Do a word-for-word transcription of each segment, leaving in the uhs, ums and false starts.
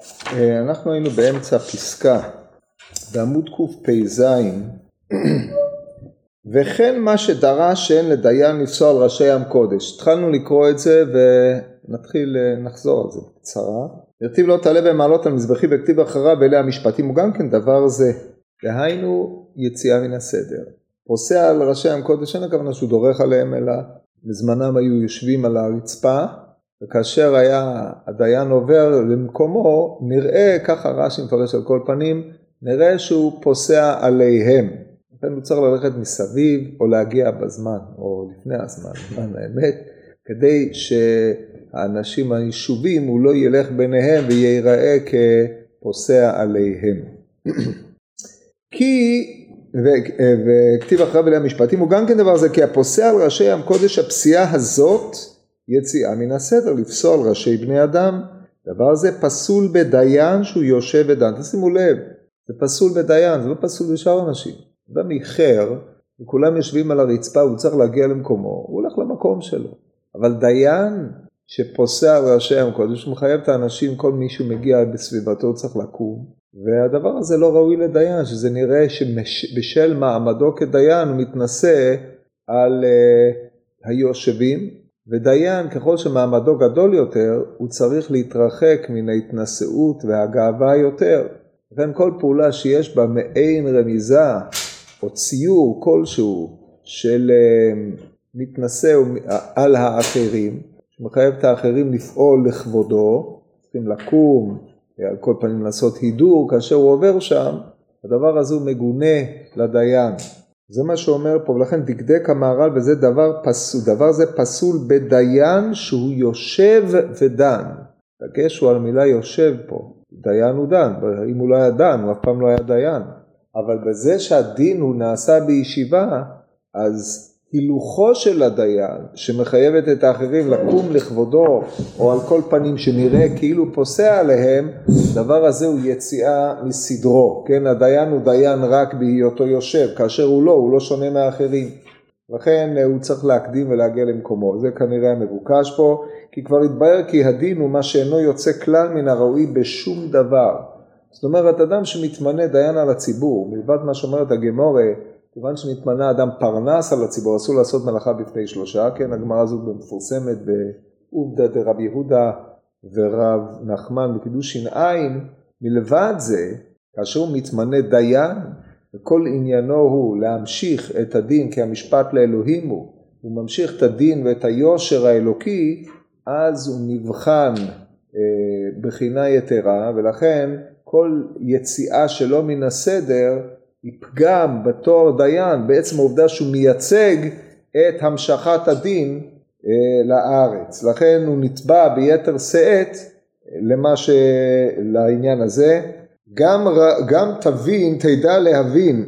אנחנו היינו באמצע פסקה, בעמוד קפ"ז, וכן מה שדרש שאין לדיין לפסוע על ראשי עם קודש. התחלנו לקרוא את זה ונתחיל נחזור על זה בקצרה. הרטיב לא תעלה במעלות על מזבחי וכתיב אחריו ואלה המשפטים, הוא גם כן דבר זה. דהיינו יציאה מן הסדר. פוסע על ראשי עם קודש, אין הכוונה שהוא דורך עליהם, אלא בזמנם היו יושבים על הרצפה, וכאשר היה הדיין עובר למקומו, נראה, ככה רש"י מפרש על כל פנים, נראה שהוא פוסע עליהם. לכן הוא צריך ללכת מסביב, או להגיע בזמן, או לפני הזמן, בזמן האמת, כדי שהאנשים היישובים, הוא לא ילך ביניהם, ויראה כפוסע עליהם. כי, וכתיב אחריו אלה המשפטים, הוא גם כן דבר זה, כי הפוסע על ראשי עם קודש, הפסיעה הזאת, יציאה מן הסדר, לפסוע על ראשי בני אדם. דבר זה פסול בדיין שהוא יושב ודן. תשימו לב, זה פסול בדיין, זה לא פסול בשאר אנשים. אדם איחר, וכולם יושבים על הרצפה, הוא צריך להגיע למקומו, הוא הולך למקום שלו. אבל דיין שפוסע על ראשי עם קודש, הוא מחייב את האנשים, כל מי שהוא מגיע בסביבתו צריך לקום. והדבר הזה לא ראוי לדיין, שזה נראה שבשל מעמדו כדיין הוא מתנשא על uh, היושבים, ודיין ככל שמעמדו גדול יותר, הוא צריך להתרחק מן ההתנשאות והגאווה יותר. לכן כל פעולה שיש בה מעין רמיזה או ציור כלשהו של uh, מתנשא על האחרים, שמחייב את האחרים לפעול לכבודו, צריכים לקום, על כל פנים לעשות הידור, כאשר הוא עובר שם, הדבר הזה הוא מגונה לדיין. זה מה שאומר פה, ולכן דקדק המהר"ל, וזה דבר פסול, דבר זה פסול בדיין שהוא יושב ודן. דגש הוא על המילה יושב פה, דיין הוא דן, אם הוא לא היה דן, הוא אף פעם לא היה דיין. אבל בזה שהדין הוא נעשה בישיבה, אז הילוכו של הדיין, שמחייבת את האחרים לקום לכבודו, או על כל פנים שנראה כאילו פוסע עליהם, דבר הזה הוא יציאה מסדרו. כן, הדיין הוא דיין רק בהיותו יושב, כאשר הוא לא, הוא לא שונה מהאחרים. לכן הוא צריך להקדים ולהגיע למקומו. זה כנראה המבוקש פה, כי כבר התבהר כי הדין הוא מה שאינו יוצא כלל מן הראוי בשום דבר. זאת אומרת, אדם שמתמנה דיין על הציבור, מלבד מה שאומרת הגמורה, כיוון שנתמנה אדם פרנס על הציבור, אסור לעשות מלאכה בפני שלושה, כן, הגמרא הזאת מפורסמת בעובדא דרב יהודה ורב נחמן בקידושין עין. מלבד זה, כאשר הוא מתמנה דיין, וכל עניינו הוא להמשיך את הדין כי המשפט לאלוהים הוא, הוא ממשיך את הדין ואת היושר האלוקי, אז הוא נבחן אה, בחינה יתרה, ולכן כל יציאה שלו מן הסדר, יפגם בתור דיין, בעצם העובדה שהוא מייצג את המשכת הדין אה, לארץ. לכן הוא נתבע ביתר שאת למה ש... לעניין הזה. גם, גם תבין, תדע להבין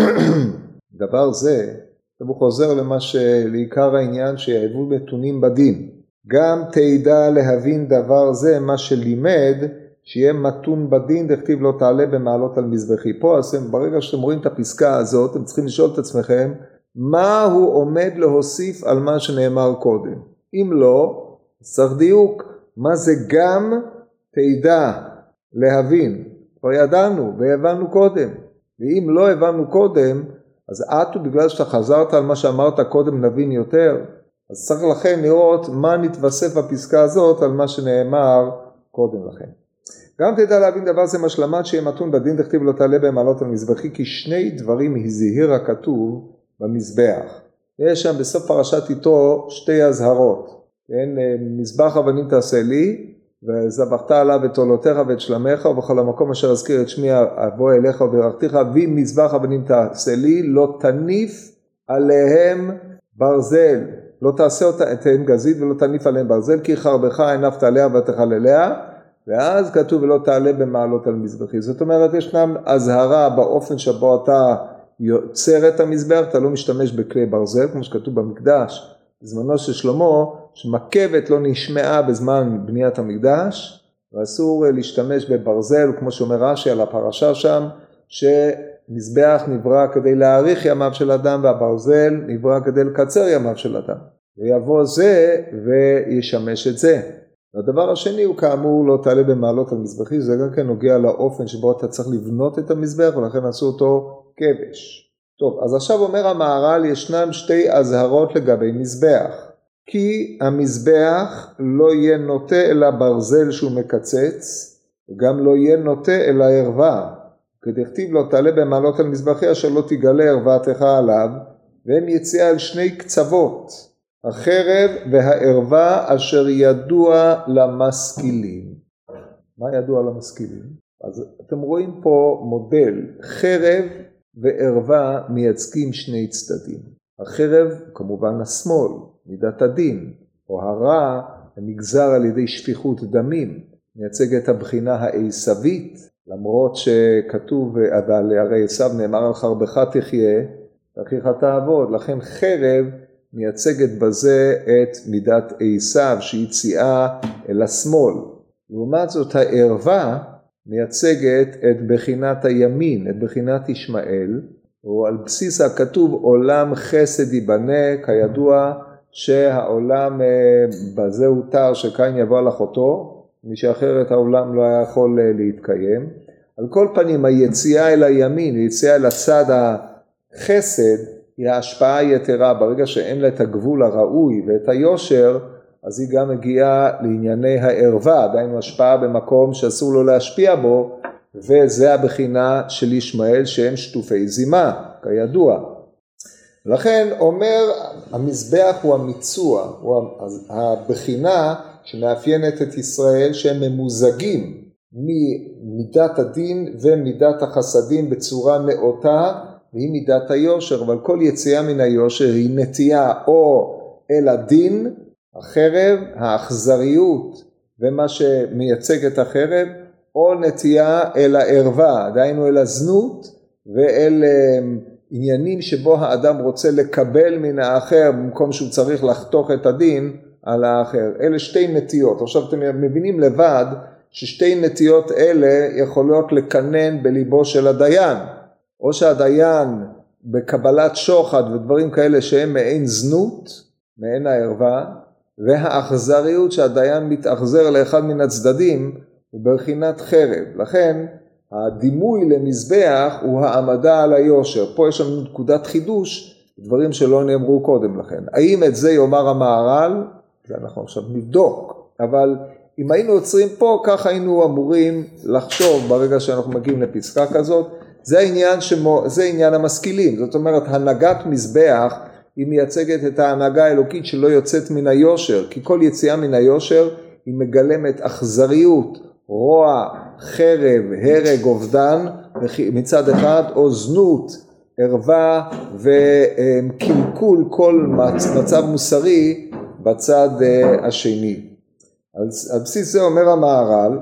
דבר זה, הוא חוזר למה שלעיקר העניין שיעבו נתונים בדין. גם תדע להבין דבר זה, מה שלימד, שיהיה מתון בדין, דכתיב לא תעלה במעלות על מזבחי. פה, אז ברגע שאתם רואים את הפסקה הזאת, אתם צריכים לשאול את עצמכם, מה הוא עומד להוסיף על מה שנאמר קודם? אם לא, צריך דיוק. מה זה גם תדע להבין? כבר ידענו והבנו קודם. ואם לא הבנו קודם, אז עטו בגלל שאתה חזרת על מה שאמרת קודם נבין יותר. אז צריך לכן לראות מה נתווסף בפסקה הזאת על מה שנאמר קודם לכן. גם תדע להבין דבר זה משלמת שיהיה מתון בדין, דכתיב לא תעלה במעלות על מזבחי, כי שני דברים הזהיר הכתוב במזבח. יש שם בסוף פרשת איתו שתי הזהרות. כן, מזבח אבנים תעשה לי, וזבחת עליו את עולותיך ואת שלמך, ובכל המקום אשר אזכיר את שמי אבוא אליך וברכתיך, ואם מזבח אבנים תעשה לי, לא תניף עליהם ברזל. לא תעשה אותם גזית ולא תניף עליהם ברזל, כי חרבך הנפת עליה ותחלליה, ואז כתוב ולא תעלה במעלות על מזבחי. זאת אומרת, ישנם הזהרה באופן שבו אתה יוצר את המזבח, אתה לא משתמש בכלי ברזל, כמו שכתוב במקדש, בזמנו של שלמה, שמכבת לא נשמעה בזמן בניית המקדש, ואסור להשתמש בברזל, כמו שאומר רש"י על הפרשה שם, שמזבח נברא כדי להאריך ימיו של אדם, והברזל נברא כדי לקצר ימיו של אדם. ויבוא זה וישמש את זה. הדבר השני הוא כאמור לא תעלה במעלות על מזבחי, זה גם כן נוגע לאופן שבו אתה צריך לבנות את המזבח, ולכן עשו אותו כבש. טוב, אז עכשיו אומר המהר"ל, ישנם שתי אזהרות לגבי מזבח. כי המזבח לא יהיה נוטה אלא ברזל שהוא מקצץ, וגם לא יהיה נוטה אלא ערווה. כדכתיב לא תעלה במעלות על מזבחי אשר לא תגלה ערוותך עליו, והם יציאה על שני קצוות, החרב והערווה אשר ידוע למשכילים. מה ידוע למשכילים? אז אתם רואים פה מודל, חרב וערווה מייצגים שני צדדים. החרב כמובן השמאל, מידת הדין, או הרע הנגזר על ידי שפיכות דמים, מייצג את הבחינה העשווית, למרות שכתוב, אבל הרי עשיו נאמר על חרבך תחיה, ואחיך תעבוד, לכן חרב מייצגת בזה את מידת עשיו שהיא יציאה אל השמאל. לעומת זאת הערווה מייצגת את בחינת הימין, את בחינת ישמעאל, או על בסיס הכתוב עולם חסד ייבנה, כידוע שהעולם בזה הותר שקין יבוא על אחותו, מי שאחרת העולם לא היה יכול להתקיים. על כל פנים היציאה אל הימין, היציאה אל הצד החסד, היא ההשפעה היתרה. ברגע שאין לה את הגבול הראוי ואת היושר, אז היא גם מגיעה לענייני הערווה, עדיין השפעה במקום שאסור לו להשפיע בו, וזה הבחינה של ישמעאל שהם שטופי זימה, כידוע. לכן אומר המזבח הוא המיצוע, הוא הבחינה שמאפיינת את ישראל שהם ממוזגים ממידת הדין ומידת החסדים בצורה נאותה, והיא מידת היושר, אבל כל יציאה מן היושר היא נטייה או אל הדין, החרב, האכזריות ומה שמייצג את החרב, או נטייה אל הערווה, דהיינו אל הזנות ואל עניינים שבו האדם רוצה לקבל מן האחר במקום שהוא צריך לחתוך את הדין על האחר. אלה שתי נטיות. עכשיו אתם מבינים לבד ששתי נטיות אלה יכולות לקנן בליבו של הדיין, או שהדיין בקבלת שוחד ודברים כאלה שהם מעין זנות, מעין הערווה, והאכזריות שהדיין מתאכזר לאחד מן הצדדים הוא בבחינת חרב. לכן הדימוי למזבח הוא העמדה על היושר. פה יש לנו נקודת חידוש, דברים שלא נאמרו קודם לכן. האם את זה יאמר המהר"ל? זה אנחנו עכשיו נבדוק, אבל אם היינו עוצרים פה, כך היינו אמורים לחשוב ברגע שאנחנו מגיעים לפסקה כזאת. זה העניין, שמו, זה עניין המשכילים. זאת אומרת, הנהגת מזבח היא מייצגת את ההנהגה האלוקית שלא יוצאת מן היושר, כי כל יציאה מן היושר היא מגלמת אכזריות, רוע, חרב, הרג, אובדן מצד אחד, או זנות, ערווה וקלקול כל מצב מוסרי בצד השני. על בסיס זה אומר המהר"ל,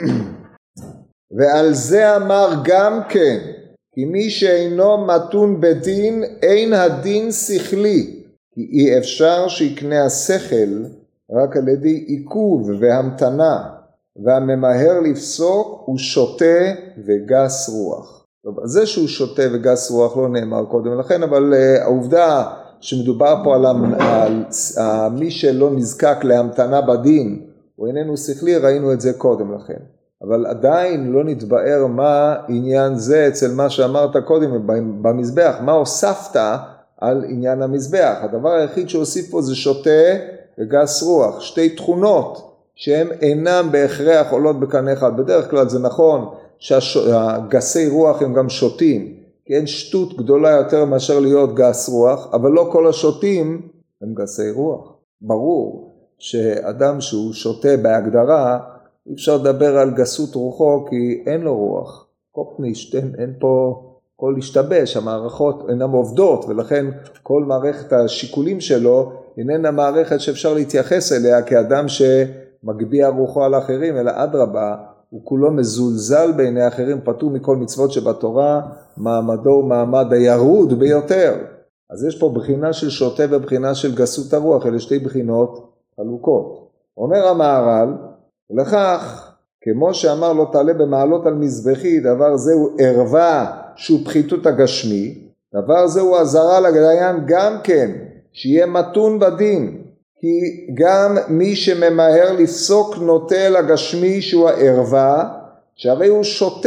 ועל זה אמר גם כן, כי מי שאינו מתון בדין, אין הדין שכלי, כי אי אפשר שיקנה השכל רק על ידי עיכוב והמתנה, והממהר לפסוק הוא שוטה וגס רוח. טוב, זה שהוא שוטה וגס רוח לא נאמר קודם לכן, אבל uh, העובדה שמדובר פה על, על, על מי שלא נזקק להמתנה בדין, הוא איננו שכלי, ראינו את זה קודם לכן. אבל עדיין לא נתבאר מה עניין זה אצל מה שאמרת קודם במזבח, מה הוספת על עניין המזבח. הדבר היחיד שהוסיף פה זה שוטה וגס רוח, שתי תכונות שהן אינם בהכרח עולות בקנה אחד. בדרך כלל זה נכון שהגסי רוח הם גם שוטים, כי אין שטות גדולה יותר מאשר להיות גס רוח, אבל לא כל השוטים הם גסי רוח. ברור שאדם שהוא שוטה בהגדרה, אי אפשר לדבר על גסות רוחו כי אין לו רוח. קופנישט, אין, אין פה כל להשתבש, המערכות אינן עובדות, ולכן כל מערכת השיקולים שלו איננה מערכת שאפשר להתייחס אליה כאדם שמגביע רוחו על האחרים, אלא אדרבה, הוא כולו מזולזל בעיני האחרים, פטור מכל מצוות שבתורה, מעמדו הוא מעמד הירוד ביותר. אז יש פה בחינה של שוטה ובחינה של גסות הרוח, אלה שתי בחינות חלוקות. אומר המהר"ל, ולכך, כמו שאמר לא תעלה במעלות על מזבחי, דבר זהו ערווה שהוא פחיתות הגשמי, דבר זהו עזרה לדיין גם כן, שיהיה מתון בדין, כי גם מי שממהר לפסוק נוטה לגשמי שהוא הערווה, שהרי הוא שוטה,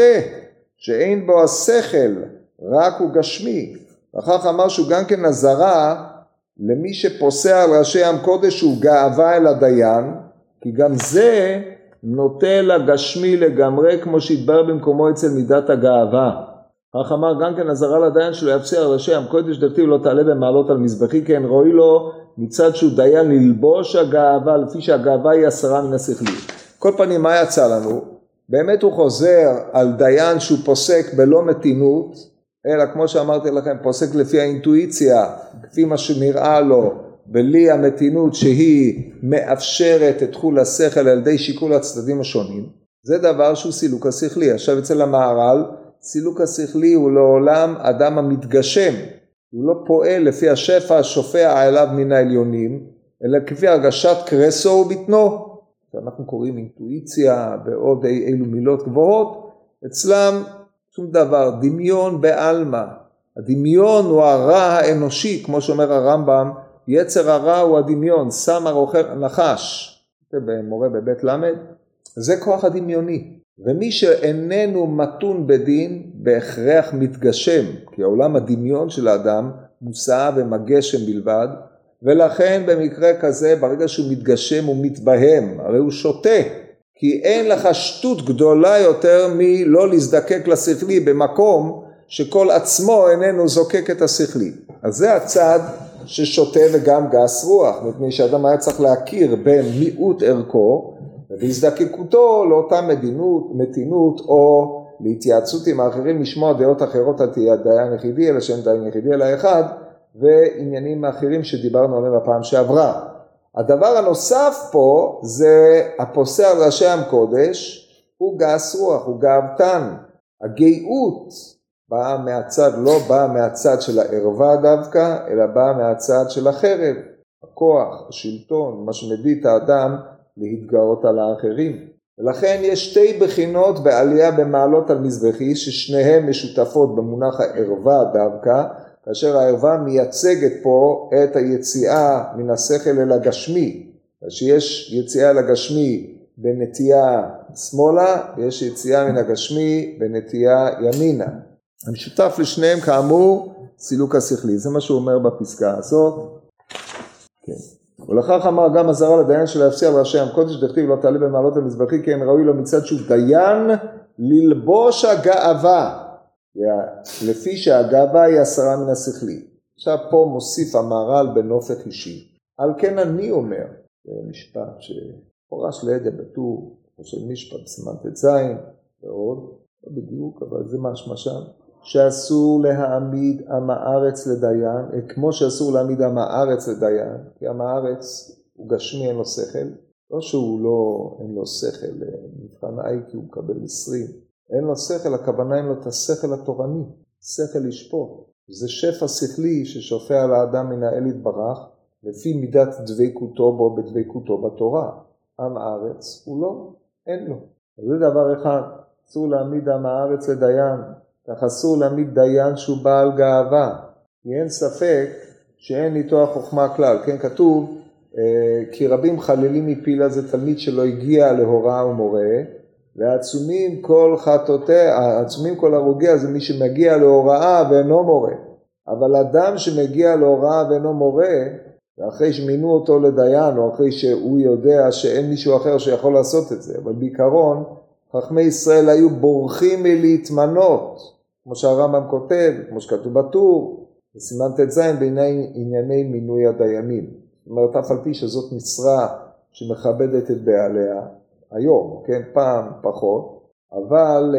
שאין בו השכל, רק הוא גשמי. וכך אמר שהוא גם כן נזרה, למי שפוסע על ראשי עם קודש הוא גאווה אל הדיין, כי גם זה נוטה לגשמי לגמרי, כמו שהתברר במקומו אצל מידת הגאווה. כך אמר גם כן נזרה לדיין שלא יפסע על ראשי עם קודש, דכתיב לא תעלה במעלות על מזבחי, כן ראוי לו מצד שהוא דיין ללבוש הגאווה, לפי שהגאווה היא הסרה מן השכלי. כל פנים מה יצא לנו? באמת הוא חוזר על דיין שהוא פוסק בלא מתינות, אלא כמו שאמרתי לכם, פוסק לפי האינטואיציה, כפי מה שנראה לו, בלי המתינות שהיא מאפשרת את תחול השכל על ידי שיקול הצדדים השונים. זה דבר שהוא סילוק השכלי. עכשיו אצל המהר"ל, סילוק השכלי הוא לעולם אדם המתגשם, הוא לא פועל לפי השפע השופע אליו מן העליונים, אלא כפי הרגשת קרסו ובטנו. אנחנו קוראים אינטואיציה ועוד אילו מילות גבוהות, אצלם שום דבר, דמיון בעלמא. הדמיון הוא הרע האנושי, כמו שאומר הרמב"ם, יצר הרע הוא הדמיון, סם הרוכר נחש, זה מורה בבית למד, זה כוח הדמיוני. ומי שאיננו מתון בדין, בהכרח מתגשם, כי העולם הדמיון של האדם מושא ומגשם בלבד, ולכן במקרה כזה, ברגע שהוא מתגשם הוא מתבהם, הרי הוא שותה, כי אין לך שטות גדולה יותר מלא להזדקק לשכלי במקום שכל עצמו איננו זוקק את השכלי. אז זה הצד ששותה וגם גס רוח, מפני שאדם היה צריך להכיר בין מיעוט ערכו והזדקקותו לאותה מדינות, מתינות או להתייעצות עם האחרים, לשמוע דעות אחרות על דיין יחידי, אלא שאין דיין יחידי אלא אחד, ועניינים האחרים שדיברנו עליהם בפעם שעברה. הדבר הנוסף פה זה הפוסע על ראשי עם קודש, הוא גס רוח, הוא גאוותן. הגאות באה מהצד, לא באה מהצד של הערווה דווקא, אלא באה מהצד של החרב, הכוח, השלטון, מה שמביא את האדם להתגאות על האחרים. ולכן יש שתי בחינות בעלייה במעלות על מזבחי, ששניהם משותפות במונח הערווה דווקא, כאשר הערווה מייצגת פה את היציאה מן השכל אל הגשמי, שיש יציאה אל הגשמי בנטייה שמאלה, ויש יציאה מן הגשמי בנטייה ימינה. המשותף לשניהם כאמור סילוק השכלי, זה מה שהוא אומר בפסקה הזאת. כן. ולכך אמר גם הזרה לדיין שלא יפסע על ראשי עם קודש, דכתיב לא תעלה במעלות המזבחי, כי אין ראוי לו מצד שהוא דיין ללבוש הגאווה, לפי שהגאווה היא הסרה מן השכלי. עכשיו פה מוסיף המהר"ל בנופך אישי. על כן אני אומר, זה משפט שפורש לידע בטור, או של משפט בסימן ט"ז ועוד, לא בדיוק, אבל זה משמע שם, שאסור להעמיד עם הארץ לדיין, כמו שאסור להעמיד עם הארץ לדיין, כי עם הארץ הוא גשמי, אין לו שכל, לא שהוא לא, אין לו שכל, מבחן איי קיו הוא מקבל עשרים, אין לו שכל, הכוונה אין לו את השכל התורני, שכל לשפוט. זה שפע שכלי ששופע על האדם מן האל יתברך, לפי מידת דבקותו בו בדבקותו בתורה. עם הארץ הוא לא, אין לו. זה דבר אחד, אסור להעמיד עם הארץ לדיין, כך אסור להעמיד דיין שהוא בעל גאווה, כי אין ספק שאין איתו החוכמה כלל. כן, כתוב, כי רבים חללים מפילה, זה תלמיד שלא הגיע להוראה ומורה, ועצומים כל חטאותיה, עצומים כל הרוגיה, זה מי שמגיע להוראה ואינו מורה. אבל אדם שמגיע להוראה ואינו מורה, ואחרי שמינו אותו לדיין, או אחרי שהוא יודע שאין מישהו אחר שיכול לעשות את זה, אבל בעיקרון, חכמי ישראל היו בורחים מלהתמנות, כמו שהרמב"ם כותב, כמו שכתוב בטור, בסימן ט"ז בענייני מינוי הדיינים. זאת אומרת, אף על פי שזאת משרה שמכבדת את בעליה, היום, כן, פעם פחות, אבל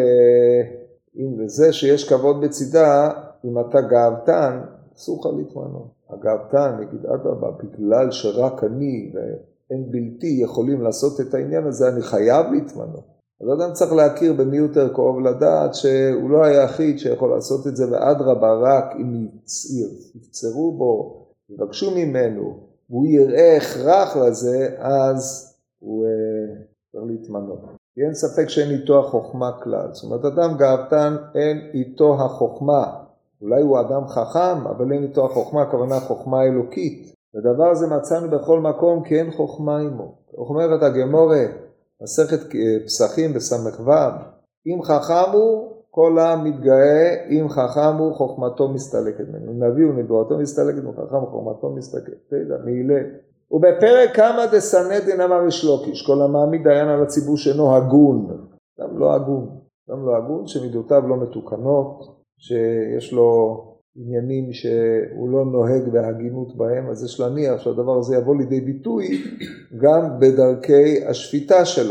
אם זה שיש כבוד בצידה, אם אתה גאוותן, אסור לך להתמנות. הגאוותן, נגיד, אדרבה, בגלל שרק אני ואין בלתי יכולים לעשות את העניין הזה, אני חייב להתמנות. אז אדם צריך להכיר במיעוט ערכו ולדעת שהוא לא היחיד שיכול לעשות את זה, ואדרבה רק אם יפצרו בו, יבקשו ממנו, והוא יראה הכרח לזה, אז הוא צריך להתמנות. אין ספק שאין איתו החוכמה כלל. זאת אומרת, אדם גאוותן, אין איתו החוכמה. אולי הוא אדם חכם, אבל אין איתו החוכמה, הכוונה חוכמה אלוקית. ודבר זה מצאנו בכל מקום כי אין חוכמה עמו. אומרת הגמורה, מסכת פסחים בסמך ו', אם חכם הוא, כל העם מתגאה, אם חכם הוא, חוכמתו מסתלקת ממנו. נביא ונבואתו מסתלקת מחכם, חוכמתו מסתלקת. תדע, מעילה. ובפרק כמה דסנהדרין אמר ריש לוקיש, כל המעמיד דיין על הציבור שאינו הגון. גם לא הגון. גם לא הגון, שמידותיו לא מתוקנות, שיש לו עניינים שהוא לא נוהג בהגינות בהם, אז יש להניח שהדבר הזה יבוא לידי ביטוי גם בדרכי השפיטה שלו.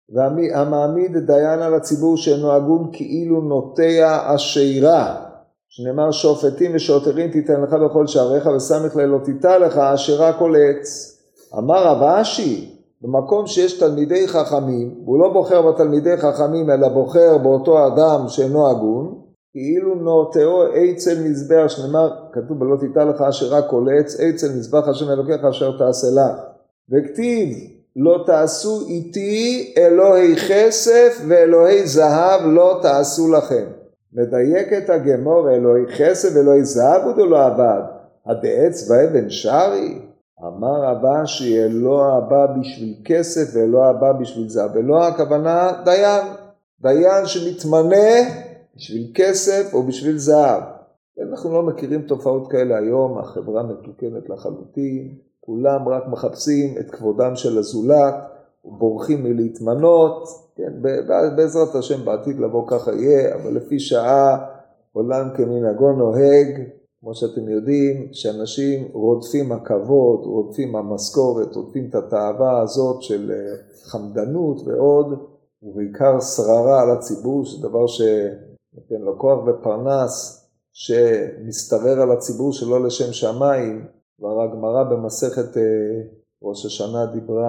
והמעמיד דיין על הציבור שאינו הגון כאילו נוטע אשירה, שנאמר שופטים ושוטרים תיתן לך בכל שעריך וסמך ליה לא תיטע לך אשירה כל עץ. אמר רב אשי, במקום שיש תלמידי חכמים, הוא לא בוחר בתלמידי חכמים אלא בוחר באותו אדם שאינו הגון, כאילו נוטעו עץ אל מזבח, שנאמר כתוב בלא תיטע לך אשירה כל עץ, עץ אל מזבח השם אלוקיך אשר תעשה לך. וכתיב לא תעשו איתי אלוהי כסף ואלוהי זהב לא תעשו לכם. מדייקת הגמור אלוהי כסף ואלוהי זהב הוא לא עבד. הדעץ ואבן שרי. אמר רבא שאלוה הבא בשביל כסף ואלוה הבא בשביל זהב. אלוה הכוונה דיין. דיין שמתמנה בשביל כסף או בשביל זהב. אנחנו לא מכירים תופעות כאלה היום, החברה מתוקנת לחלוטין. כולם רק מחפשים את כבודם של הזולת, בורחים מלהתמנות, כן, בעזרת השם בעתיד לבוא ככה יהיה, אבל לפי שעה עולם כמנהגו נוהג, כמו שאתם יודעים, שאנשים רודפים הכבוד, רודפים המשכורת, רודפים את התאווה הזאת של חמדנות ועוד, ובעיקר שררה על הציבור, שדבר שנותן לו כוח ופרנס, שמסתרר על הציבור שלא לשם שמיים, והגמרא במסכת ראש השנה דיברה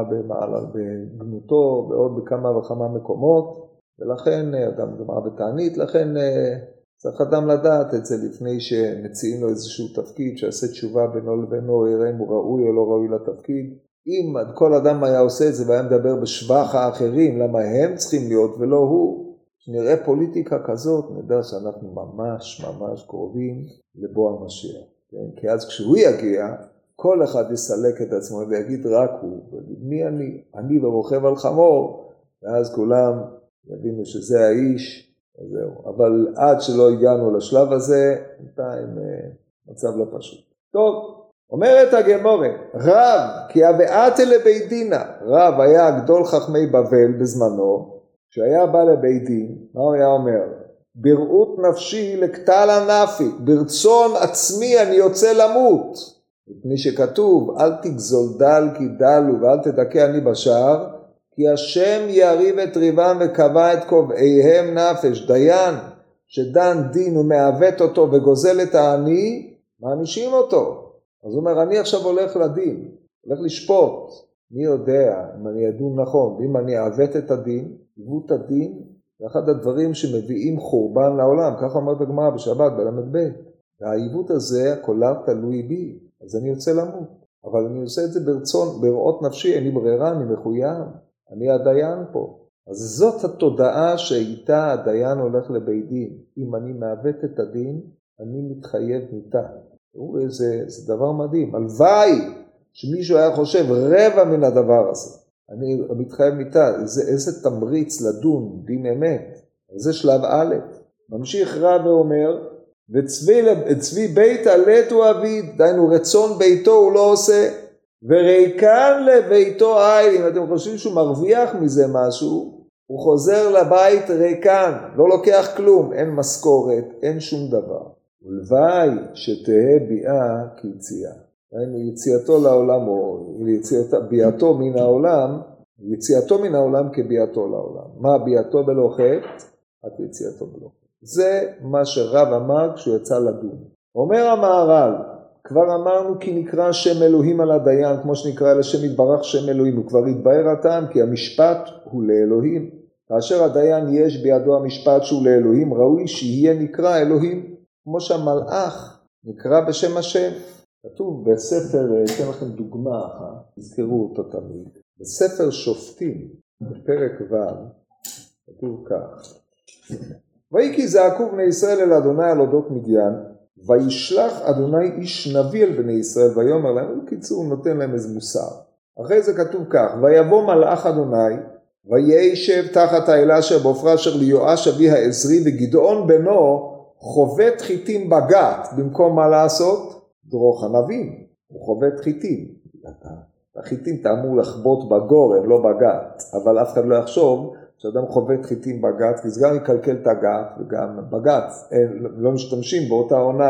בגנותו ועוד בכמה וכמה מקומות, ולכן אדם גמרא בתענית, לכן צריך אדם לדעת את זה לפני שמציעים לו איזשהו תפקיד, שעשה תשובה בינו לבינו, יראה אם הוא ראוי או לא ראוי לתפקיד. אם כל אדם היה עושה את זה והיה מדבר בשבח האחרים, למה הם צריכים להיות ולא הוא, שנראה פוליטיקה כזאת, נדע שאנחנו ממש ממש קרובים לבוא המשיח. כן? כי אז כשהוא יגיע, כל אחד יסלק את עצמו ויגיד רק הוא, ויגיד מי אני? אני ורוכב על חמור, ואז כולם יבינו שזה האיש, וזהו. אבל עד שלא הגענו לשלב הזה, בינתיים מצב לא פשוט. טוב, אומרת הגמורה, רב, כי הבאתי לבית דינה, רב היה גדול חכמי בבל בזמנו, כשהיה בא לבית דין, מה הוא היה אומר? בראות נפשי לקטל הנפיק, ברצון עצמי אני יוצא למות. מפני שכתוב, אל תגזול דל כי דלו ואל תדכא אני בשער, כי השם יריב את ריבם וקבע את קובעיהם נפש. דיין שדן דין ומעוות אותו וגוזל את העני, מענישים אותו. אז הוא אומר, אני עכשיו הולך לדין, הולך לשפוט. מי יודע אם אני אדון נכון, ואם אני אעוות את הדין, עיוות הדין, זה אחד הדברים שמביאים חורבן לעולם, ככה אומרת הגמרא בשבת בל"ב. והעיוות הזה, הקולר תלוי בי, אז אני יוצא למות. אבל אני עושה את זה ברצון, בראות נפשי, אין לי ברירה, אני מחויב, אני הדיין פה. אז זאת התודעה שאיתה הדיין הולך לבית דין. אם אני מעוות את הדין, אני מתחייב מיתה. זה, זה דבר מדהים. הלוואי שמישהו היה חושב רבע מן הדבר הזה. אני מתחייב מיתה, איזה, איזה תמריץ לדון דין אמת. זה שלב א'. ממשיך רב ואומר, וצבי בית עלתו אביד, דיינו רצון ביתו הוא לא עושה, וריקן לביתו איל, אם אתם חושבים שהוא מרוויח מזה משהו, הוא חוזר לבית ריקן, לא לוקח כלום, אין משכורת, אין שום דבר. ולוואי שתהא ביאה כיציאה. דיינו יציאתו לעולם, או יציאתו, ביאתו מן העולם, יציאתו מן העולם כביאתו לעולם. מה ביאתו בלא חטא? את יציאתו בלא חטא. זה מה שרב אמר כשהוא יצא לדון. אומר המהר"ל, כבר אמרנו כי נקרא שם אלוהים על הדיין, כמו שנקרא אל השם יתברך שם אלוהים, הוא כבר יתבהר הטעם, כי המשפט הוא לאלוהים. כאשר הדיין יש בידו המשפט שהוא לאלוהים, ראוי שיהיה נקרא אלוהים, כמו שהמלאך נקרא בשם השם. כתוב בספר, אתן לכם דוגמה אחת, תזכרו אותו תמיד, בספר שופטים, בפרק ו', כתוב כך, ויהי כי זעקו בני ישראל אל אדוני על אודות מדיין, וישלח אדוני איש נביא אל בני ישראל, ויאמר להם, בקיצור הוא נותן להם איזה מוסר. אחרי זה כתוב כך, ויבוא מלאך אדוני, וישב תחת האלה אשר בעופרה אשר ליואש אבי העזרי, וגדעון בנו חובט חיטים בגת, במקום מה לעשות? דרוך ענבים, הוא חובט חיטים. החיטים אתה אמור לחבוט בגורן, לא בגת, אבל אף אחד לא יחשוב שאדם חובט חיטים בגת, כי זה גם יקלקל את הגת, וגם בגת, לא משתמשים באותה עונה.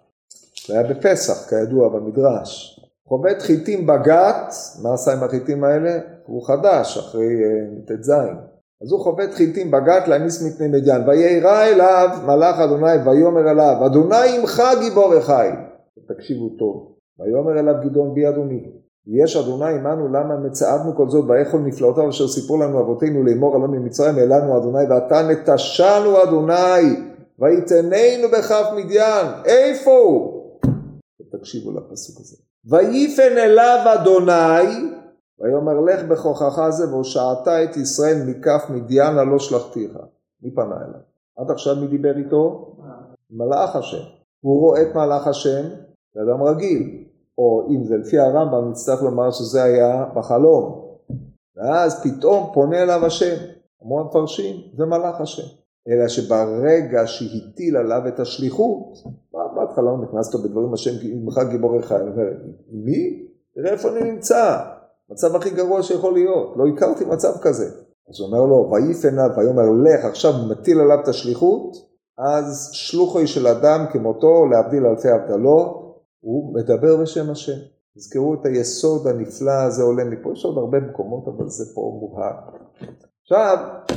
זה היה בפסח, כידוע, במדרש. חובט חיטים בגת, מה עשה עם החיטים האלה? הוא חדש, אחרי תת זין. אז הוא חובט חיטים בגת להניס מפני מדיין, וירא אליו מלאך אדוני ויאמר אליו, אדוני עמך גיבור אחיי. תקשיבו טוב, ויאמר אליו גדעון בי אדוני, יש אדוני עמנו, למה מצעדנו כל זאת באכל נפלאותיו אשר סיפרו לנו אבותינו לאמור עלינו ממצרים, העלנו אדוני ואתה נטשנו אדוני ויתננו בכף מדיין. איפה הוא? תקשיבו לפסוק הזה. ויפן אליו אדוני ויאמר לך בכוחך זה והושעת את ישראל מכף מדיין הלא שלחתיך. מי פנה אליו? עד עכשיו מי דיבר איתו? מלאך השם. הוא רואה את מלאך השם, זה אדם רגיל. או אם זה לפי הרמב"ם נצטרך לומר שזה היה בחלום. ואז פתאום פונה אליו השם. המון פרשים, זה מלאך השם. אלא שברגע שהטיל עליו את השליחות, בהתחלה הוא נכנס לו בדברים השם, עמך גיבור אחיי. מי? תראה איפה אני נמצא. מצב הכי גרוע שיכול להיות. לא הכרתי מצב כזה. אז הוא אומר לו, ויפן אליו, ויאמר לך, עכשיו הוא מטיל עליו את השליחות, אז שלוחי של אדם כמותו, להבדיל אלפי הבדלות, הוא מדבר בשם השם. תזכרו את היסוד הנפלא הזה עולה מפה. יש עוד הרבה מקומות, אבל זה פה מובהק. עכשיו,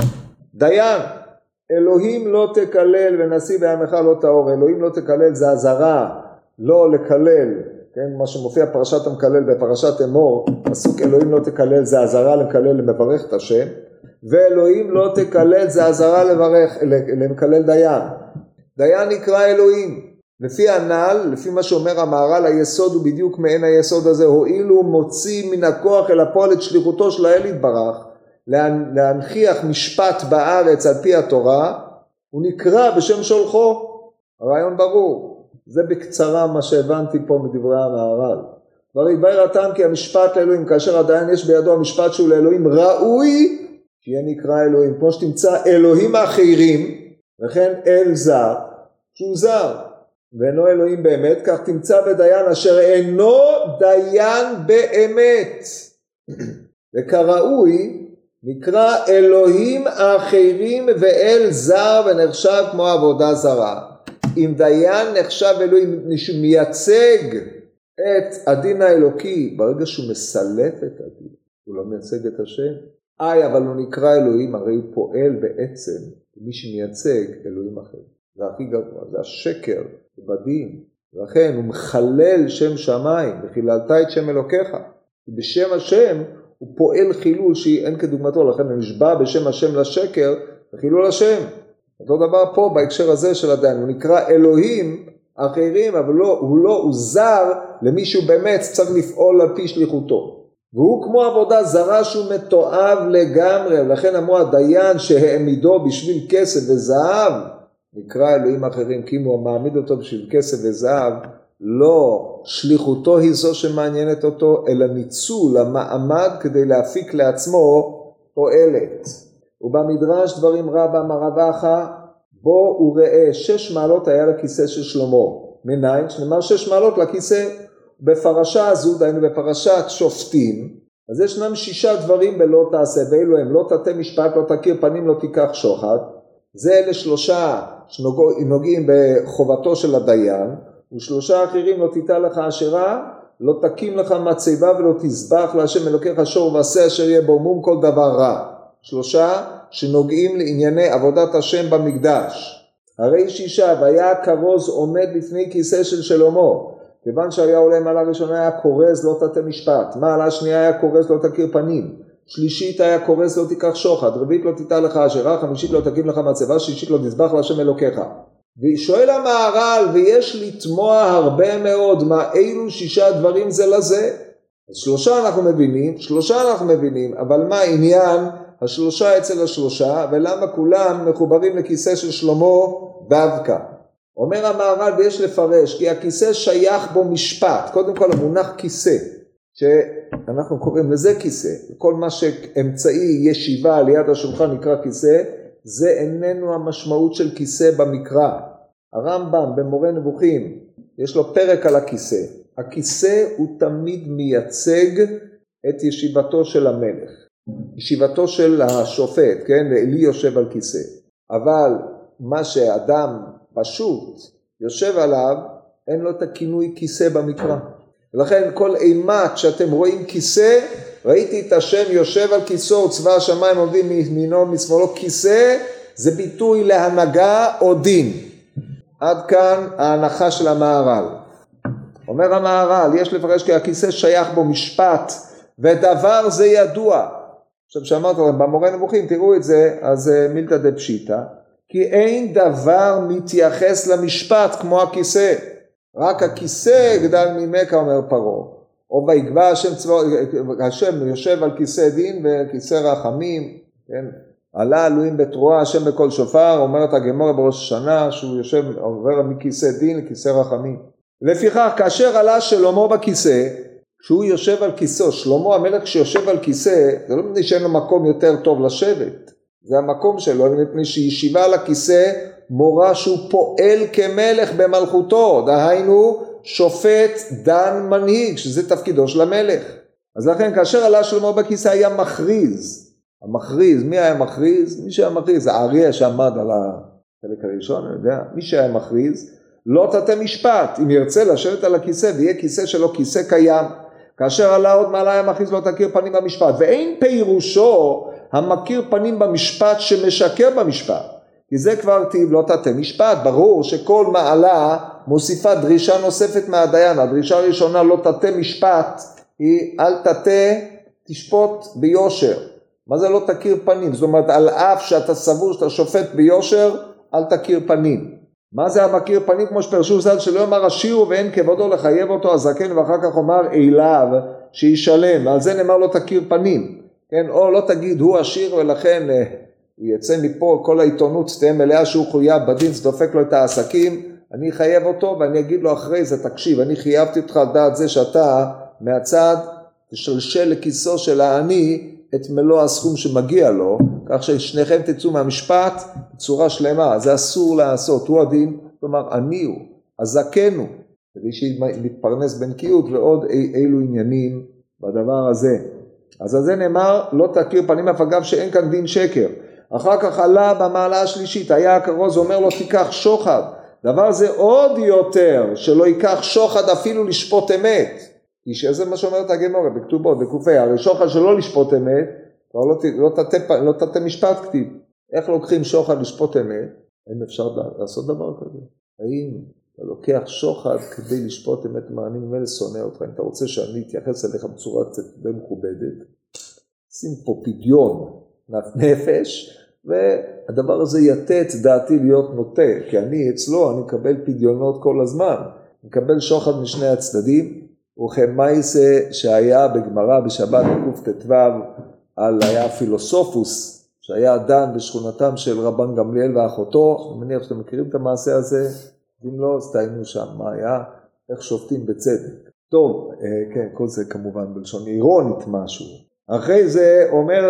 דיין, אלוהים לא תקלל ונשיא בעמך לא תאור. אלוהים לא תקלל זה הזרה, לא לקלל. כן, מה שמופיע פרשת המקלל בפרשת אמור, פסוק אלוהים לא תקלל זה הזרה למקלל למברך את השם. ואלוהים לא תקלל זה הזרה לברך, למקלל דיין. דיין נקרא אלוהים. לפי הנ"ל, לפי מה שאומר המהר"ל, היסוד הוא בדיוק מעין היסוד הזה, הואילו מוציא מן הכוח אל הפועל את שליחותו של האל יתברך, להנחיח משפט בארץ על פי התורה, הוא נקרא בשם שולחו. הרעיון ברור. זה בקצרה מה שהבנתי פה מדברי המהר"ל. כבר יתבהר הטעם כי המשפט לאלוהים, כאשר הדיין יש בידו המשפט שהוא לאלוהים ראוי, שיהיה נקרא אלוהים. כמו שתמצא אלוהים אחרים, וכן אל זר, שהוא זר. ואינו אלוהים באמת, כך תמצא בדיין אשר אינו דיין באמת. וכראוי נקרא אלוהים אחרים ואל זר ונחשב כמו עבודה זרה. אם דיין נחשב אלוהים מייצג את הדין האלוקי, ברגע שהוא מסלף את הדין, הוא לא מייצג את השם. איי, אבל הוא נקרא אלוהים, הרי הוא פועל בעצם מי שמייצג אלוהים אחר. זה הכי גבוה, זה השקר. בדין, ולכן הוא מחלל שם שמיים, וחיללת את שם אלוקיך. בשם השם הוא פועל חילול שאין כדוגמתו, לכן הוא נשבע בשם השם לשקר, וחילול השם. אותו דבר פה בהקשר הזה של הדיין, הוא נקרא אלוהים אחרים, אבל לא, הוא לא, הוא זר למי שהוא באמת צריך לפעול על פי שליחותו. והוא כמו עבודה זרה שהוא מתועב לגמרי, ולכן אמרו הדיין שהעמידו בשביל כסף וזהב, נקרא אלוהים אחרים, כי אם הוא מעמיד אותו בשביל כסף וזהב, לא שליחותו היא זו שמעניינת אותו, אלא ניצול המעמד כדי להפיק לעצמו תועלת. ובמדרש דברים רבה מרבחה, בו הוא ראה שש מעלות היה לכיסא של שלמה. מניין? שנאמר שש מעלות לכיסא. בפרשה הזו, דיינו בפרשת שופטים, אז ישנם שישה דברים בלא תעשה, ואלו הם לא תתה משפט, לא תכיר פנים, לא תיקח שוחד. זה אלה שלושה שנוגעים בחובתו של הדיין, ושלושה אחרים לא תיטע לך אשרה, לא תקים לך מצבה ולא תזבח להשם אלוקיך שור ועשה אשר יהיה בו מום כל דבר רע. שלושה שנוגעים לענייני עבודת השם במקדש. הרי שישה, והיה כרוז עומד לפני כיסא של שלמה, כיוון שהיה עולה מעלה ראשונה היה קורז לא תתה משפט, מעלה שנייה היה קורז לא תכיר פנים, שלישית היה קורז לא תיקח שוחד, רביעית לא תיטע לך אשרה, חמישית לא תקים לך מצבה, שישית לא תזבח להשם אלוקיך. ושואל המהר"ל, ויש לתמוע הרבה מאוד, מה אילו שישה דברים זה לזה? אז שלושה אנחנו מבינים, שלושה אנחנו מבינים, אבל מה העניין השלושה אצל השלושה, ולמה כולם מחוברים לכיסא של שלמה דווקא? אומר המהר"ל ויש לפרש, כי הכיסא שייך בו משפט, קודם כל המונח כיסא, שאנחנו קוראים לזה כיסא, כל מה שאמצעי ישיבה ליד השולחן נקרא כיסא, זה איננו המשמעות של כיסא במקרא. הרמב"ם במורה נבוכים, יש לו פרק על הכיסא, הכיסא הוא תמיד מייצג את ישיבתו של המלך, ישיבתו של השופט, כן? ואלי יושב על כיסא, אבל מה שאדם פשוט יושב עליו, אין לו את הכינוי כיסא במקרא. ולכן כל אימת שאתם רואים כיסא, ראיתי את השם יושב על כיסאו, צבא השמיים עומדים מימינו משמאלו, כיסא זה ביטוי להנהגה או דין. עד כאן ההנחה של המהר"ל. אומר המהר"ל, יש לפרש כי הכיסא שייך בו משפט, ודבר זה ידוע. עכשיו שאמרת במורה נבוכים, תראו את זה, אז מילתא דפשיטא, כי אין דבר מתייחס למשפט כמו הכיסא. רק הכיסא גדל ממך, אומר פרעה. או ויגבה השם צבא, השם יושב על כיסא דין וכיסא רחמים, כן? עלה אלוהים בתרועה, השם בכל שופר, אומרת הגמרא בראש השנה, שהוא יושב, עובר מכיסא דין לכיסא רחמים. לפיכך, כאשר עלה שלמה בכיסא, כשהוא יושב על כיסאו, שלמה המלך שיושב על כיסא, זה לא מפני שאין לו מקום יותר טוב לשבת, זה המקום שלו, מפני שישיבה על הכיסא, מורה שהוא פועל כמלך במלכותו, דהיינו שופט דן מנהיג, שזה תפקידו של המלך. אז לכן כאשר עלה שלמה בכיסא היה מכריז, המכריז, מי היה מכריז? מי שהיה מכריז, האריה שעמד על החלק הראשון, אני יודע, מי שהיה מכריז, לא תתה משפט, אם ירצה לשבת על הכיסא ויהיה כיסא שלו כיסא קיים, כאשר עלה עוד מעלה היה מכריז לא תכיר פנים במשפט, ואין פירושו המכיר פנים במשפט שמשקר במשפט, כי זה כבר טיב לא תתה משפט, ברור שכל מעלה מוסיפה דרישה נוספת מהדיין, הדרישה הראשונה לא תתה משפט, היא אל תתה תשפוט ביושר, מה זה לא תכיר פנים? זאת אומרת על אף שאתה סבור שאתה שופט ביושר, אל תכיר פנים. מה זה המכיר פנים? כמו שפרשו ז"ל שלא אמר עשיר ואין כבודו לחייב אותו הזקן, ואחר כך אומר אליו שישלם, ועל זה נאמר לא תכיר פנים, כן? או לא תגיד הוא עשיר ולכן הוא יצא מפה כל העיתונות תהיה מלאה שהוא חויב בדין, זה דופק לו את העסקים, אני חייב אותו ואני אגיד לו אחרי זה תקשיב, אני חייבתי אותך על דעת זה שאתה מהצד תשלשל לכיסו של העני את מלוא הסכום שמגיע לו, כך ששניכם תצאו מהמשפט בצורה שלמה, זה אסור לעשות, הוא הדין, כלומר אני הוא, הזקן הוא, כדי שמתפרנס בנקיות ועוד אילו עניינים בדבר הזה. אז על זה נאמר לא תכיר פנים אף אגב שאין כאן דין שקר. אחר כך עלה במעלה השלישית, היה הכרוז אומר לו תיקח שוחד, דבר זה עוד יותר שלא ייקח שוחד אפילו לשפוט אמת, כי שזה מה שאומרת הגמרא בכתובות וכופי, הרי שוחד שלא לשפוט אמת, לא, לא, תתה, לא תתה משפט כתיב, איך לוקחים שוחד לשפוט אמת? האם אפשר לעשות דבר כזה? האם אתה לוקח שוחד כדי לשפוט אמת, מה אני ממילא שונא אותך, אם אתה רוצה שאני אתייחס אליך בצורה קצת במכובדת, שים פה פדיון נפש, והדבר הזה יתה את דעתי להיות נוטה, כי אני אצלו, אני מקבל פדיונות כל הזמן, אני מקבל שוחד משני הצדדים, וכמייסה שהיה בגמרא בשבת בקט"ו, על היה פילוסופוס, שהיה דן בשכונתם של רבן גמליאל ואחותו, אני מניח שאתם מכירים את המעשה הזה, אם לא, אז תהיינו שם, מה היה, איך שופטים בצדק. טוב, כן, כל זה כמובן בלשון אירונית משהו. אחרי זה אומר,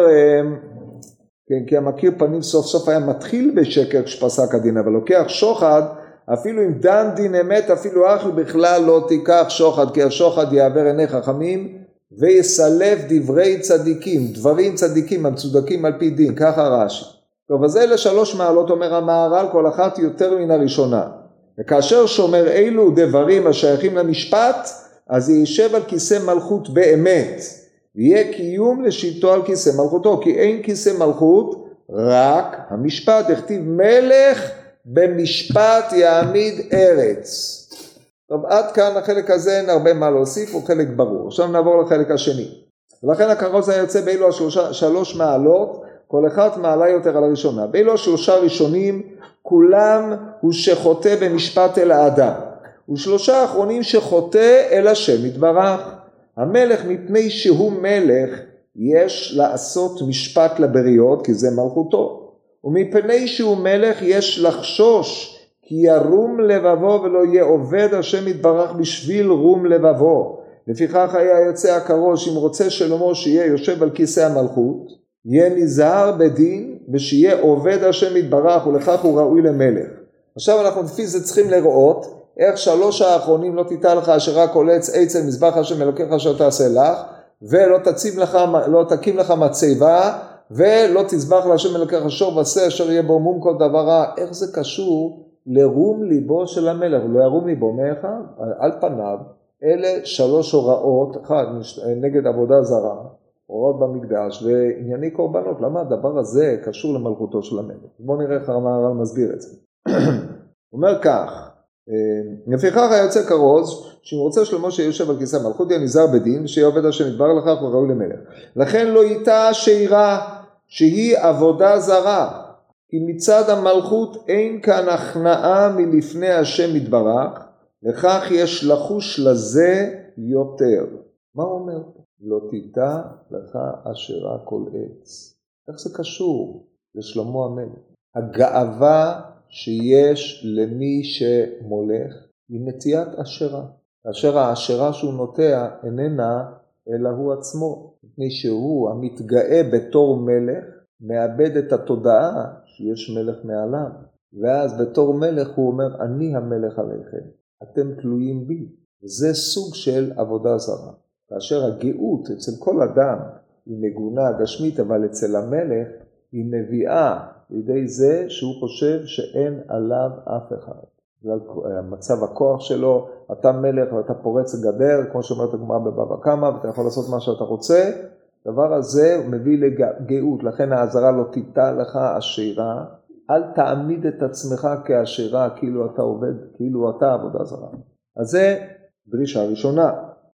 כן, כי המכיר פנים סוף סוף היה מתחיל בשקר כשפסק הדין, אבל לוקח שוחד, אפילו אם דן דין אמת, אפילו אחי בכלל לא תיקח שוחד, כי השוחד יעבר עיני חכמים, ויסלף דברי צדיקים, דברים צדיקים המצודקים על פי דין, ככה רש"י. טוב, אז אלה שלוש מעלות אומר המהר"ל, כל אחת יותר מן הראשונה. וכאשר שומר אילו דברים השייכים למשפט, אז יישב על כיסא מלכות באמת, ויהיה קיום לשיטו על כיסא מלכותו, כי אין כיסא מלכות, רק המשפט, הכתיב מלך במשפט יעמיד ארץ. טוב, עד כאן החלק הזה אין הרבה מה להוסיף, הוא חלק ברור. עכשיו נעבור לחלק השני. ולכן הכרוז היה יוצא באילו השלושה, שלוש מעלות, כל אחת מעלה יותר על הראשונה. באילו השלושה ראשונים, כולם הוא שחוטא במשפט אל האדם. ושלושה האחרונים שחוטא אל השם יתברך. המלך מפני שהוא מלך, יש לעשות משפט לבריות, כי זה מלכותו. ומפני שהוא מלך יש לחשוש, כי ירום לבבו ולא יהיה עובד השם יתברך בשביל רום לבבו. לפיכך היה יוצא הכרוז שאם רוצה שלמה שיהיה יושב על כיסא המלכות, יהיה נזהר בדין ושיהיה עובד השם יתברך ולכך הוא ראוי למלך. עכשיו אנחנו לפי זה צריכים לראות איך שלוש האחרונים לא תיטע לך אשר רק עולץ עץ אל מזבח השם אלוקיך אשר תעשה לך, ולא תציב לך, לא תקים לך מצבה, ולא תזבח להשם אלוקיך שור ועשה אשר יהיה בו מום כל דבר רע. איך זה קשור לרום ליבו של המלך? לא ירום ליבו מאחד, על פניו אלה שלוש הוראות, אחד נגד עבודה זרה, הוראות במקדש וענייני קורבנות. למה הדבר הזה קשור למלכותו של המלך? בואו נראה איך הרמב"ם מסביר את זה. הוא אומר כך, לפיכך היוצא כרוז שאם רוצה שלמה שיושב על כיסא המלכות יהיה נזהר בדין ושיהיה עובד השם יתברך לכך וראוי למלך. לכן לא ייטע שירה שהיא עבודה זרה, כי מצד המלכות אין כאן הכנעה מלפני השם יתברך, לכך יש לחוש לזה יותר. מה הוא אומר? לא תיטע לך אשרה כל עץ. איך זה קשור לשלמה המלך? הגאווה שיש למי שמולך היא נטיית אשרה. כאשר האשרה שהוא נוטע איננה אלא הוא עצמו. מפני שהוא המתגאה בתור מלך מאבד את התודעה שיש מלך מעליו. ואז בתור מלך הוא אומר אני המלך עליכם. אתם תלויים בי. זה סוג של עבודה זרה. כאשר הגאות אצל כל אדם היא מגונה גשמית, אבל אצל המלך היא מביאה לידי זה שהוא חושב שאין עליו אף אחד. בגלל מצב הכוח שלו, אתה מלך ואתה פורץ גדר, כמו שאומרת הגמרא בבבא קמא, ואתה יכול לעשות מה שאתה רוצה. הדבר הזה מביא לגאות, לכן האזהרה לא תיטע לך אשרה, אל תעמיד את עצמך כאשרה כאילו אתה עובד, כאילו אתה עבודה זרה. אז זה דרישה ראשונה.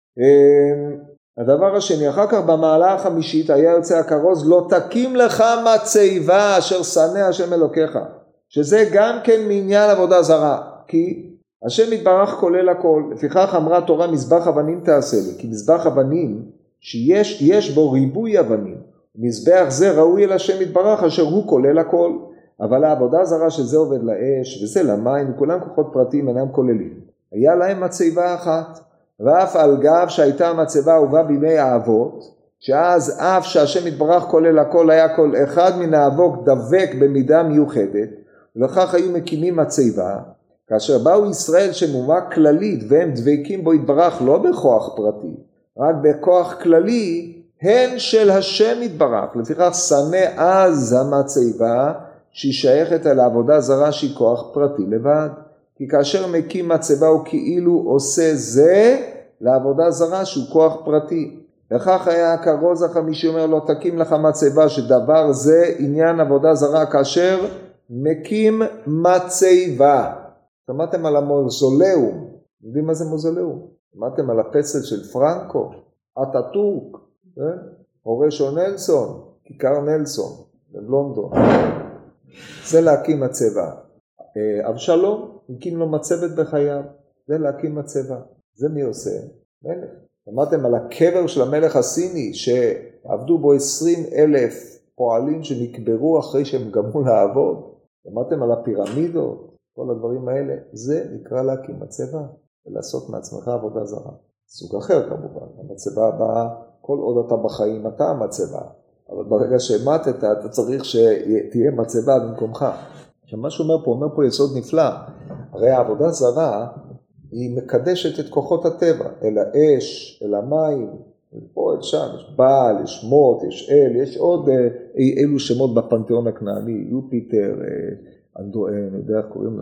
הדבר השני, אחר כך במעלה החמישית היה יוצא הכרוז, לא תקים לך מצבה אשר שנא השם אלוקיך, שזה גם כן מעניין עבודה זרה, כי השם יתברך כולל הכל. לפיכך אמרה תורה מזבח אבנים תעשה לי, כי מזבח אבנים שיש יש בו ריבוי אבנים, מזבח זה ראוי אל השם יתברך אשר הוא כולל הכל. אבל העבודה זרה שזה עובד לאש וזה למים וכולם כוחות פרטיים אינם כוללים. היה להם מצבה אחת, ואף על גב שהייתה המצבה הובאה בימי האבות, שאז אף שהשם יתברך כולל הכל היה כל אחד מן האבות דבק במידה מיוחדת, ולכך היו מקימים מצבה, כאשר באו ישראל שמומה כללית והם דבקים בו יתברך לא בכוח פרטי, רק בכוח כללי, הן של השם יתברך. לפיכך שנא אז המצבה שהיא שייכת על העבודה זרה שהיא כוח פרטי לבד. כי כאשר מקים מצבה הוא כאילו עושה זה לעבודה זרה שהוא כוח פרטי. לכך היה הכרוז החמישי אומר לא תקים לך מצבה שדבר זה עניין עבודה זרה כאשר מקים מצבה. שמעתם על המוזולאום? יודעים מה זה מוזולאום? שמעתם על הפסל של פרנקו, אטאטורק, הורשו נלסון, כיכר נלסון בלונדון. זה להקים מצבה. אבשלום הקים לו מצבת בחייו, זה להקים מצבה. זה מי עושה? מלך. שמעתם על הקבר של המלך הסיני שעבדו בו עשרים אלף פועלים שנקברו אחרי שהם גמרו לעבוד? שמעתם על הפירמידות? כל הדברים האלה, זה נקרא להקים מצבה ולעשות מעצמך עבודה זרה. סוג אחר כמובן, המצבה הבאה, כל עוד אתה בחיים אתה המצבה, אבל ברגע שמתת אתה צריך שתהיה מצבה במקומך. עכשיו מה שאומר פה, אומר פה יסוד נפלא, הרי העבודה זרה היא מקדשת את כוחות הטבע, אל האש, אל המים, פה את שם, יש בעל, יש מות, יש אל, יש עוד אילו שמות בפנתיאון הכנעני, יופיטר, אני יודע איך קוראים לה,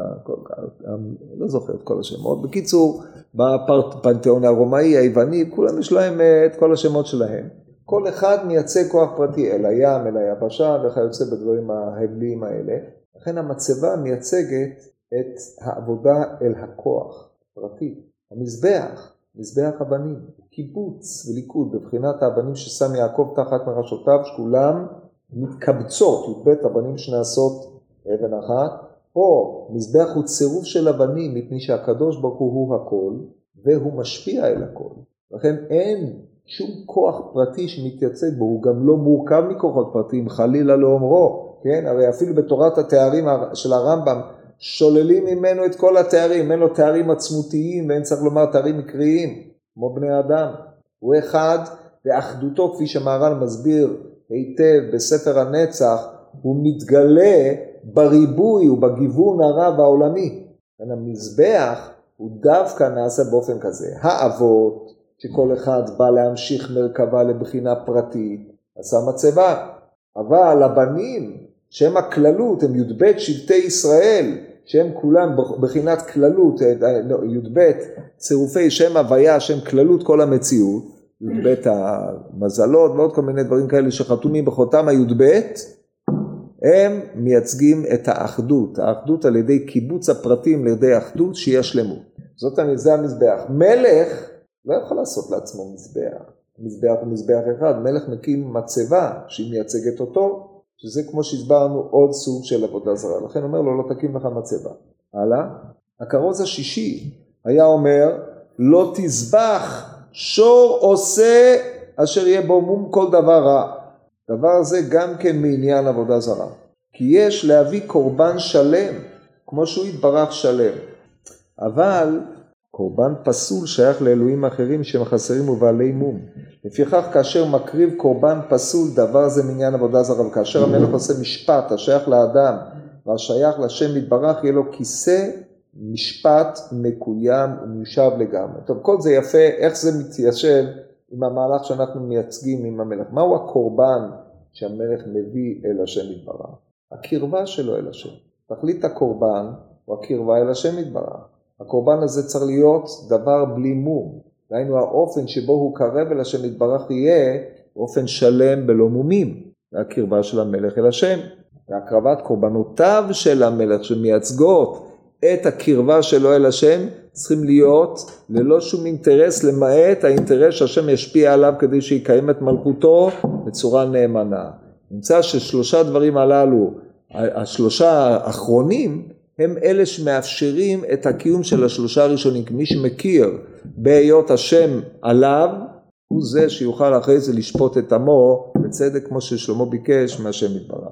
לא זוכר את כל השמות. בקיצור, בפנתיאון הרומאי, היווני, כולם יש להם את כל השמות שלהם. כל אחד מייצג כוח פרטי אל הים, אל היבשה, וכיוצא בדברים ההבליים האלה. לכן המצבה מייצגת את העבודה אל הכוח פרטי. המזבח, מזבח הבנים, קיבוץ וליכוד, בבחינת הבנים ששם יעקב תחת מראשותיו, שכולם מתקבצות, י"ב הבנים שנעשות אבן אחת, או מזבח הוא צירוף של אבנים, מפני שהקדוש ברוך הוא הוא הכל, והוא משפיע אל הכל. לכן אין שום כוח פרטי שמתייצג בו, הוא גם לא מורכב מכוחות פרטיים, חלילה לא אומרו, כן? הרי אפילו בתורת התארים של הרמב"ם, שוללים ממנו את כל התארים, אין לו תארים עצמותיים ואין צריך לומר תארים מקריים, כמו בני אדם. הוא אחד, ואחדותו כפי שמהר"ל מסביר היטב בספר הנצח, הוא מתגלה בריבוי ובגיוון הרב העולמי. המזבח הוא דווקא נעשה באופן כזה. האבות, שכל אחד בא להמשיך מרכבה לבחינה פרטית, עשה מצבה. אבל הבנים, שהם הכללות, הם י"ב שבטי ישראל, שהם כולם בחינת כללות, י"ב צירופי שם הוויה, שהם כללות כל המציאות, י"ב המזלות ועוד כל מיני דברים כאלה שחתומים בחותם הי"ב, הם מייצגים את האחדות, האחדות על ידי קיבוץ הפרטים לידי אחדות שיהיה שלמות. זאת זה המזבח. מלך לא יכול לעשות לעצמו מזבח. מזבח הוא מזבח אחד, מלך מקים מצבה שהיא מייצגת אותו, שזה כמו שהסברנו עוד סוג של עבודה זרה. לכן אומר לו לא תקים לך מצבה. הלאה. הכרוז השישי היה אומר לא תזבח שור עושה אשר יהיה בו מום כל דבר רע. דבר זה גם כן מעניין עבודה זרה. כי יש להביא קורבן שלם, כמו שהוא יתברך שלם. אבל קורבן פסול שייך לאלוהים אחרים שהם חסרים ובעלי מום. לפיכך כאשר מקריב קורבן פסול, דבר זה מעניין עבודה זרה. וכאשר המלך עושה משפט השייך לאדם והשייך לשם יתברך, יהיה לו כיסא משפט מקוים ומיושב לגמרי. טוב, כל זה יפה, איך זה מתיישב עם המהלך שאנחנו מייצגים עם המלך. מהו הקורבן שהמלך מביא אל השם יתברך? הקרבה שלו אל השם. תכלית הקורבן הוא הקרבה אל השם יתברך. הקורבן הזה צריך להיות דבר בלי מום. דהיינו האופן שבו הוא קרב אל השם יתברך יהיה אופן שלם בלא מומים. זה הקרבה של המלך אל השם. והקרבת קורבנותיו של המלך שמייצגות את הקרבה שלו אל השם צריכים להיות ללא שום אינטרס למעט האינטרס שהשם ישפיע עליו כדי שיקיים את מלכותו בצורה נאמנה. נמצא ששלושה דברים הללו, השלושה האחרונים, הם אלה שמאפשרים את הקיום של השלושה הראשונים. מי שמכיר בהיות השם עליו, הוא זה שיוכל אחרי זה לשפוט את עמו בצדק כמו ששלמה ביקש מהשם יתברך.